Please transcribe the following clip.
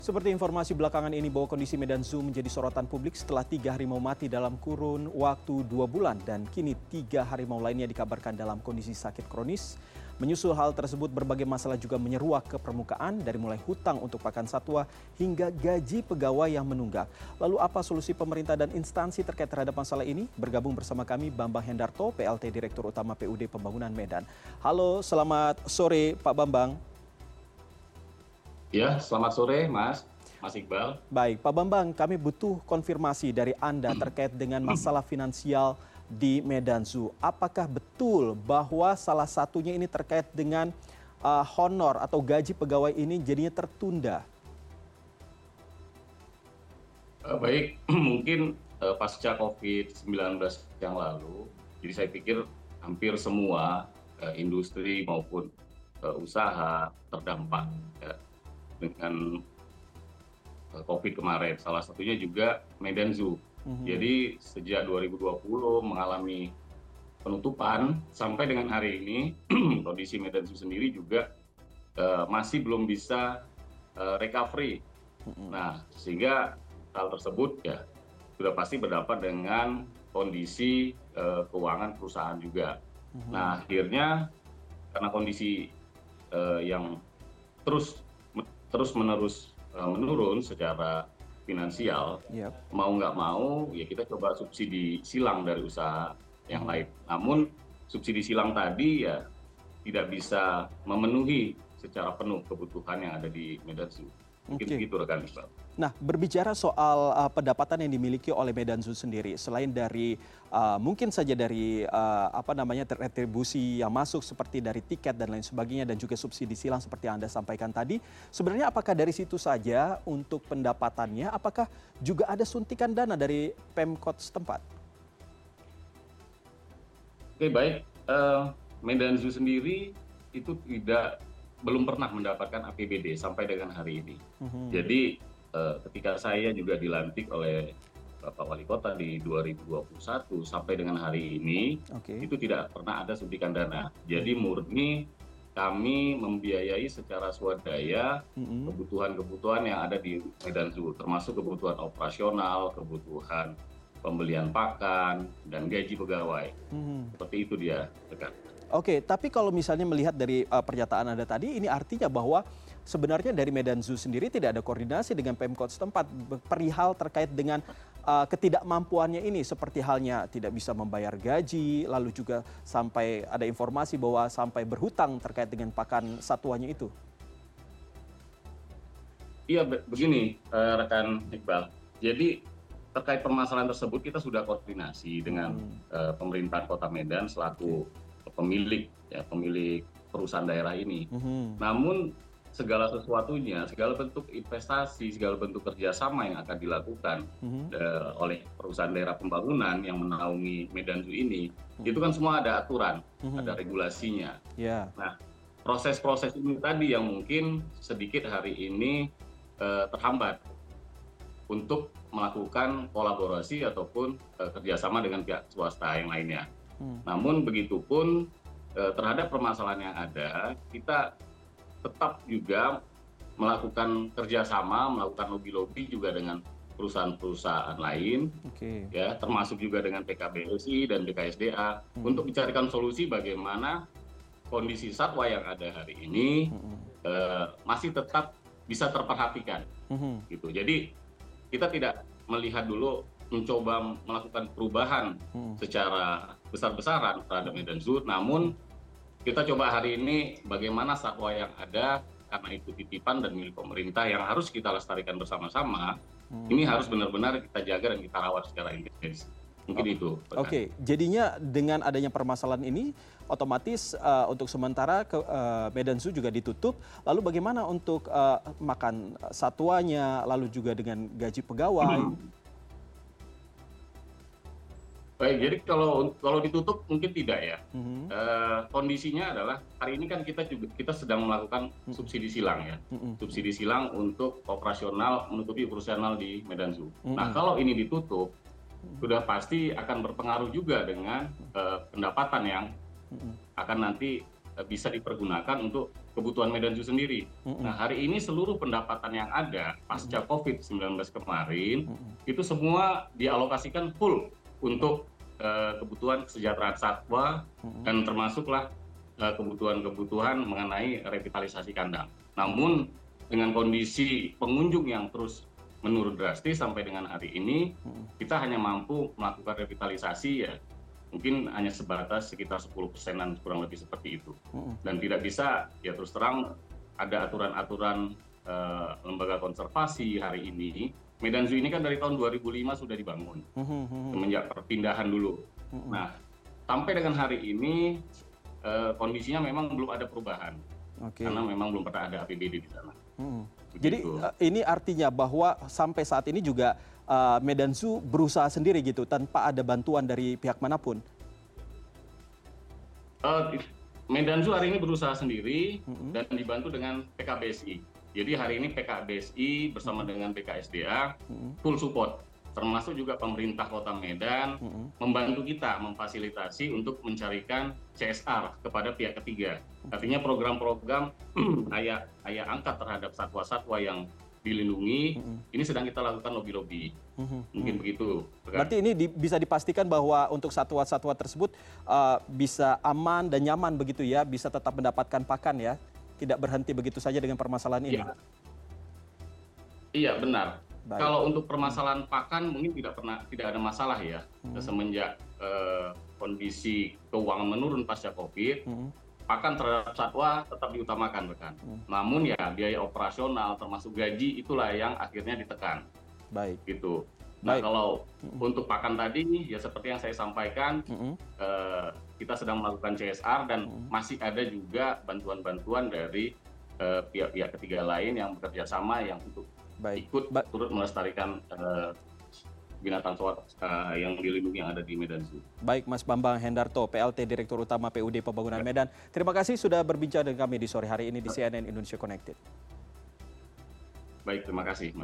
Seperti informasi belakangan ini bahwa kondisi Medan Zoo menjadi sorotan publik setelah 3 harimau mati dalam kurun waktu 2 bulan dan kini 3 harimau lainnya dikabarkan dalam kondisi sakit kronis. Menyusul hal tersebut berbagai masalah juga menyeruak ke permukaan dari mulai hutang untuk pakan satwa hingga gaji pegawai yang menunggak. Lalu apa solusi pemerintah dan instansi terkait terhadap masalah ini? Bergabung bersama kami Bambang Hendarto, PLT Direktur Utama PUD Pembangunan Medan. Halo, selamat sore Pak Bambang. Ya, selamat sore Mas Iqbal. Baik, Pak Bambang, kami butuh konfirmasi dari Anda terkait dengan masalah finansial di Medan Zoo. Apakah betul bahwa salah satunya ini terkait dengan honor atau gaji pegawai ini jadinya tertunda? Baik, mungkin pasca COVID-19 yang lalu, jadi saya pikir hampir semua industri maupun usaha terdampak ya, dengan COVID kemarin. Salah satunya juga Medan Zoo. Jadi sejak 2020 mengalami penutupan sampai dengan hari ini kondisi Medan Zoo sendiri juga masih belum bisa recovery. Nah, sehingga hal tersebut ya sudah pasti berdampak dengan kondisi keuangan perusahaan juga. Nah, akhirnya karena kondisi yang terus-menerus menurun secara finansial, mau nggak mau ya kita coba subsidi silang dari usaha yang lain. Namun subsidi silang tadi ya tidak bisa memenuhi secara penuh kebutuhan yang ada di Medan Zoo. Mungkin begitu rekan Iqbal. Nah, berbicara soal pendapatan yang dimiliki oleh Medan Zoo sendiri, selain dari mungkin saja dari retribusi yang masuk seperti dari tiket dan lain sebagainya dan juga subsidi silang seperti yang Anda sampaikan tadi, sebenarnya apakah dari situ saja untuk pendapatannya, apakah juga ada suntikan dana dari Pemkot setempat? Oke, baik. Medan Zoo sendiri itu belum pernah mendapatkan APBD sampai dengan hari ini. Jadi ketika saya juga dilantik oleh Bapak Wali Kota di 2021 sampai dengan hari ini, itu tidak pernah ada suntikan dana. Jadi murni kami membiayai secara swadaya kebutuhan-kebutuhan yang ada di Medan Zoo, termasuk kebutuhan operasional, kebutuhan pembelian pakan, dan gaji pegawai. Seperti itu dia, rekan. Oke, tapi kalau misalnya melihat dari pernyataan Anda tadi, ini artinya bahwa sebenarnya dari Medan Zoo sendiri tidak ada koordinasi dengan Pemkot setempat perihal terkait dengan ketidakmampuannya ini, seperti halnya tidak bisa membayar gaji, lalu juga sampai ada informasi bahwa sampai berhutang terkait dengan pakan satwanya itu. Iya, begini rekan Iqbal. Jadi terkait permasalahan tersebut kita sudah koordinasi dengan pemerintah Kota Medan selaku pemilik perusahaan daerah ini. Namun segala sesuatunya, segala bentuk investasi, segala bentuk kerjasama yang akan dilakukan oleh perusahaan daerah pembangunan yang menaungi Medan Zoo ini, itu kan semua ada aturan, ada regulasinya. Nah, proses-proses ini tadi yang mungkin sedikit hari ini terhambat untuk melakukan kolaborasi ataupun kerjasama dengan pihak swasta yang lainnya. Namun begitupun terhadap permasalahan yang ada, kita tetap juga melakukan kerjasama, melakukan lobby-lobby juga dengan perusahaan-perusahaan lain, ya, termasuk juga dengan PKBSI dan BKSDA untuk mencarikan solusi bagaimana kondisi satwa yang ada hari ini masih tetap bisa terperhatikan. Gitu. Jadi kita tidak melihat dulu mencoba melakukan perubahan secara besar-besaran terhadap Medan Zoo, namun kita coba hari ini bagaimana satwa yang ada karena itu titipan dan milik pemerintah yang harus kita lestarikan bersama-sama, ini harus benar-benar kita jaga dan kita rawat secara intensif. Mungkin itu. Oke, jadinya dengan adanya permasalahan ini, otomatis untuk sementara Medan Zoo juga ditutup. Lalu bagaimana untuk makan satwanya, lalu juga dengan gaji pegawai? Baik, jadi kalau ditutup mungkin tidak ya. Kondisinya adalah hari ini kan kita sedang melakukan subsidi silang ya, subsidi silang untuk operasional menutupi operasional di Medan Zoo. Nah, kalau ini ditutup, sudah pasti akan berpengaruh juga dengan pendapatan yang akan nanti bisa dipergunakan untuk kebutuhan Medan Zoo sendiri. Nah, hari ini seluruh pendapatan yang ada pasca COVID-19 kemarin itu semua dialokasikan full untuk kebutuhan kesejahteraan satwa dan termasuklah kebutuhan-kebutuhan mengenai revitalisasi kandang. Namun dengan kondisi pengunjung yang terus menurun drastis sampai dengan hari ini, kita hanya mampu melakukan revitalisasi ya mungkin hanya sebatas sekitar 10%-an kurang lebih seperti itu. Dan tidak bisa, ya terus terang ada aturan-aturan lembaga konservasi hari ini. Medan Zoo ini kan dari tahun 2005 sudah dibangun, semenjak perpindahan dulu. Nah, sampai dengan hari ini kondisinya memang belum ada perubahan, karena memang belum pernah ada APBD di sana. Jadi ini artinya bahwa sampai saat ini juga Medan Zoo berusaha sendiri gitu tanpa ada bantuan dari pihak manapun. Medan Zoo hari ini berusaha sendiri dan dibantu dengan PKBSI. Jadi hari ini PKBSI bersama dengan BKSDA full support, termasuk juga pemerintah Kota Medan membantu kita memfasilitasi untuk mencarikan CSR kepada pihak ketiga. Artinya program-program ayah angkat terhadap satwa-satwa yang dilindungi ini sedang kita lakukan lobby-lobby. Mungkin begitu. Berarti ini bisa dipastikan bahwa untuk satwa-satwa tersebut bisa aman dan nyaman begitu ya, bisa tetap mendapatkan pakan ya, tidak berhenti begitu saja dengan permasalahan ini. Iya, benar. Baik. Kalau untuk permasalahan pakan mungkin tidak ada masalah ya. Semenjak kondisi keuangan menurun pasca COVID, pakan terhadap satwa tetap diutamakan rekan. Namun ya biaya operasional termasuk gaji itulah yang akhirnya ditekan. Baik. Gitu. Nah, kalau untuk pakan tadi ya seperti yang saya sampaikan, kita sedang melakukan CSR dan masih ada juga bantuan-bantuan dari pihak-pihak ketiga lain yang bekerja sama yang untuk ikut turut melestarikan binatang yang dilindungi yang ada di Medan Zoo. Baik, Mas Bambang Hendarto, PLT Direktur Utama PUD Pembangunan Medan. Terima kasih sudah berbincang dengan kami di sore hari ini di CNN Indonesia Connected. Baik, terima kasih.